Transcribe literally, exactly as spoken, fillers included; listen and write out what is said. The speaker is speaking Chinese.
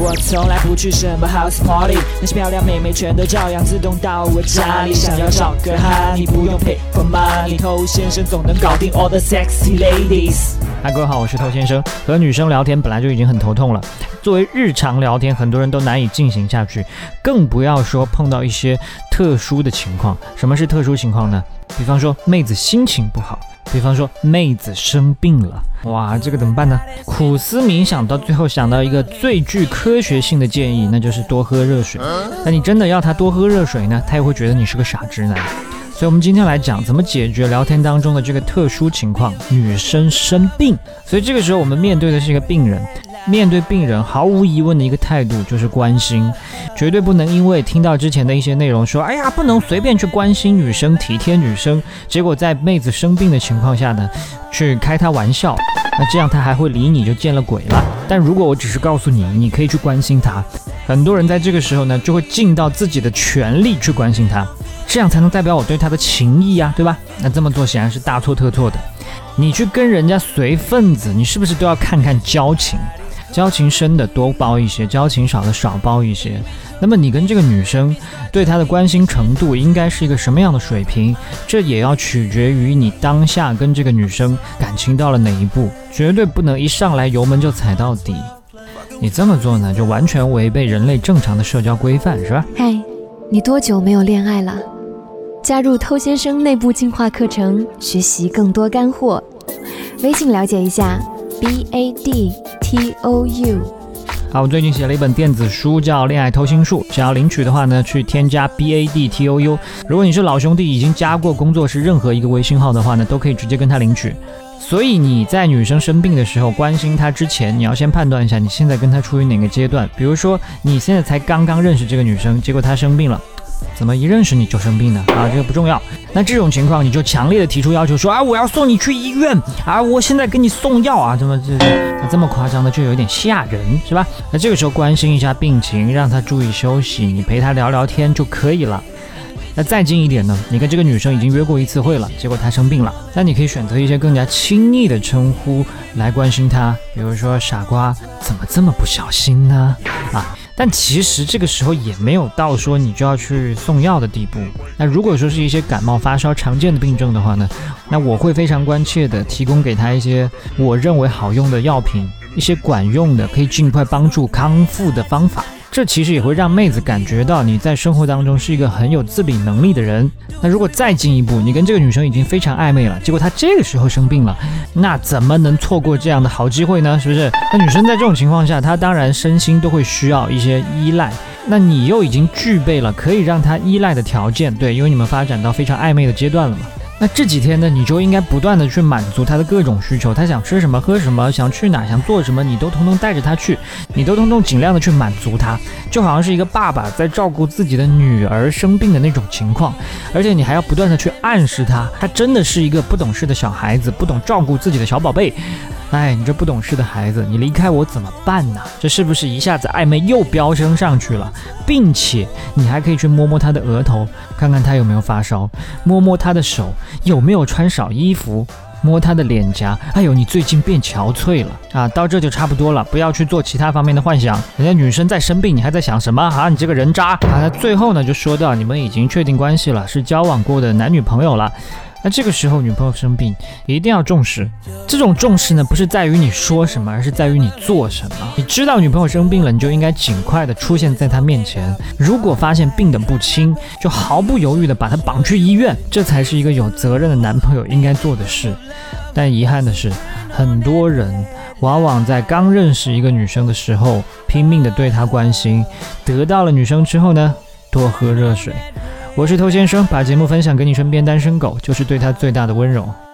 我从来不去什么 house party， 那些漂亮妹妹全都照样自动到我家里。想要找个哈，你不用 pay for money， 偷先生总能搞定 all the sexy ladies。 嗨，各位好，我是偷先生。和女生聊天本来就已经很头痛了，作为日常聊天，很多人都难以进行下去，更不要说碰到一些特殊的情况。什么是特殊情况呢？比方说妹子心情不好，比方说妹子生病了，哇，这个怎么办呢？苦思冥想到最后想到一个最具科学性的建议，那就是多喝热水。那你真的要他多喝热水呢，他也会觉得你是个傻直男。所以我们今天来讲怎么解决聊天当中的这个特殊情况，女生生病。所以这个时候我们面对的是一个病人，面对病人毫无疑问的一个态度就是关心，绝对不能因为听到之前的一些内容说，哎呀，不能随便去关心女生体贴女生，结果在妹子生病的情况下呢去开她玩笑，那这样她还会理你就见了鬼了。但如果我只是告诉你你可以去关心她，很多人在这个时候呢就会尽到自己的全力去关心她，这样才能代表我对她的情谊啊，对吧？那这么做显然是大错特错的。你去跟人家随份子，你是不是都要看看交情？交情深的多包一些，交情少的少包一些。那么你跟这个女生对她的关心程度应该是一个什么样的水平，这也要取决于你当下跟这个女生感情到了哪一步，绝对不能一上来油门就踩到底。你这么做呢，就完全违背人类正常的社交规范，是吧？ 嗨，你多久没有恋爱了？加入偷先生内部进化课程，学习更多干货。微信了解一下 B A D T O U。 好，我最近写了一本电子书叫《恋爱偷心术》，想要领取的话呢，去添加 B A D T O U。 如果你是老兄弟，已经加过工作室任何一个微信号的话呢，都可以直接跟他领取。所以你在女生生病的时候关心她之前，你要先判断一下你现在跟她处于哪个阶段。比如说你现在才刚刚认识这个女生，结果她生病了，怎么一认识你就生病呢？啊，这个不重要。那这种情况你就强烈的提出要求说，啊，我要送你去医院啊，我现在给你送药啊，这么这这么夸张的就有点吓人，是吧？那这个时候关心一下病情，让她注意休息，你陪她聊聊天就可以了。那再近一点呢，你跟这个女生已经约过一次会了，结果她生病了，那你可以选择一些更加亲昵的称呼来关心她，比如说傻瓜，怎么这么不小心呢？啊，但其实这个时候也没有到说你就要去送药的地步。那如果说是一些感冒发烧常见的病症的话呢，那我会非常关切的提供给她一些我认为好用的药品，一些管用的可以尽快帮助康复的方法。这其实也会让妹子感觉到你在生活当中是一个很有自理能力的人。那如果再进一步，你跟这个女生已经非常暧昧了，结果她这个时候生病了，那怎么能错过这样的好机会呢？是不是？那女生在这种情况下，她当然身心都会需要一些依赖，那你又已经具备了可以让她依赖的条件，对，因为你们发展到非常暧昧的阶段了嘛。那这几天呢，你就应该不断的去满足他的各种需求，他想吃什么喝什么，想去哪想做什么，你都通通带着他去，你都通通尽量的去满足他，就好像是一个爸爸在照顾自己的女儿生病的那种情况。而且你还要不断的去暗示他，他真的是一个不懂事的小孩子，不懂照顾自己的小宝贝。哎，你这不懂事的孩子，你离开我怎么办呢？这是不是一下子暧昧又飙升上去了？并且你还可以去摸摸他的额头，看看他有没有发烧，摸摸他的手有没有穿少衣服，摸他的脸颊，哎呦，你最近变憔悴了啊！到这就差不多了，不要去做其他方面的幻想。人家女生在生病，你还在想什么啊？你这个人渣啊！那最后呢，就说到你们已经确定关系了，是交往过的男女朋友了。那这个时候女朋友生病一定要重视，这种重视呢不是在于你说什么，而是在于你做什么。你知道女朋友生病了，你就应该尽快的出现在她面前，如果发现病得不轻，就毫不犹豫的把她绑去医院，这才是一个有责任的男朋友应该做的事。但遗憾的是，很多人往往在刚认识一个女生的时候拼命的对她关心，得到了女生之后呢，多喝热水。我是偷先生，把节目分享给你身边单身狗，就是对他最大的温柔。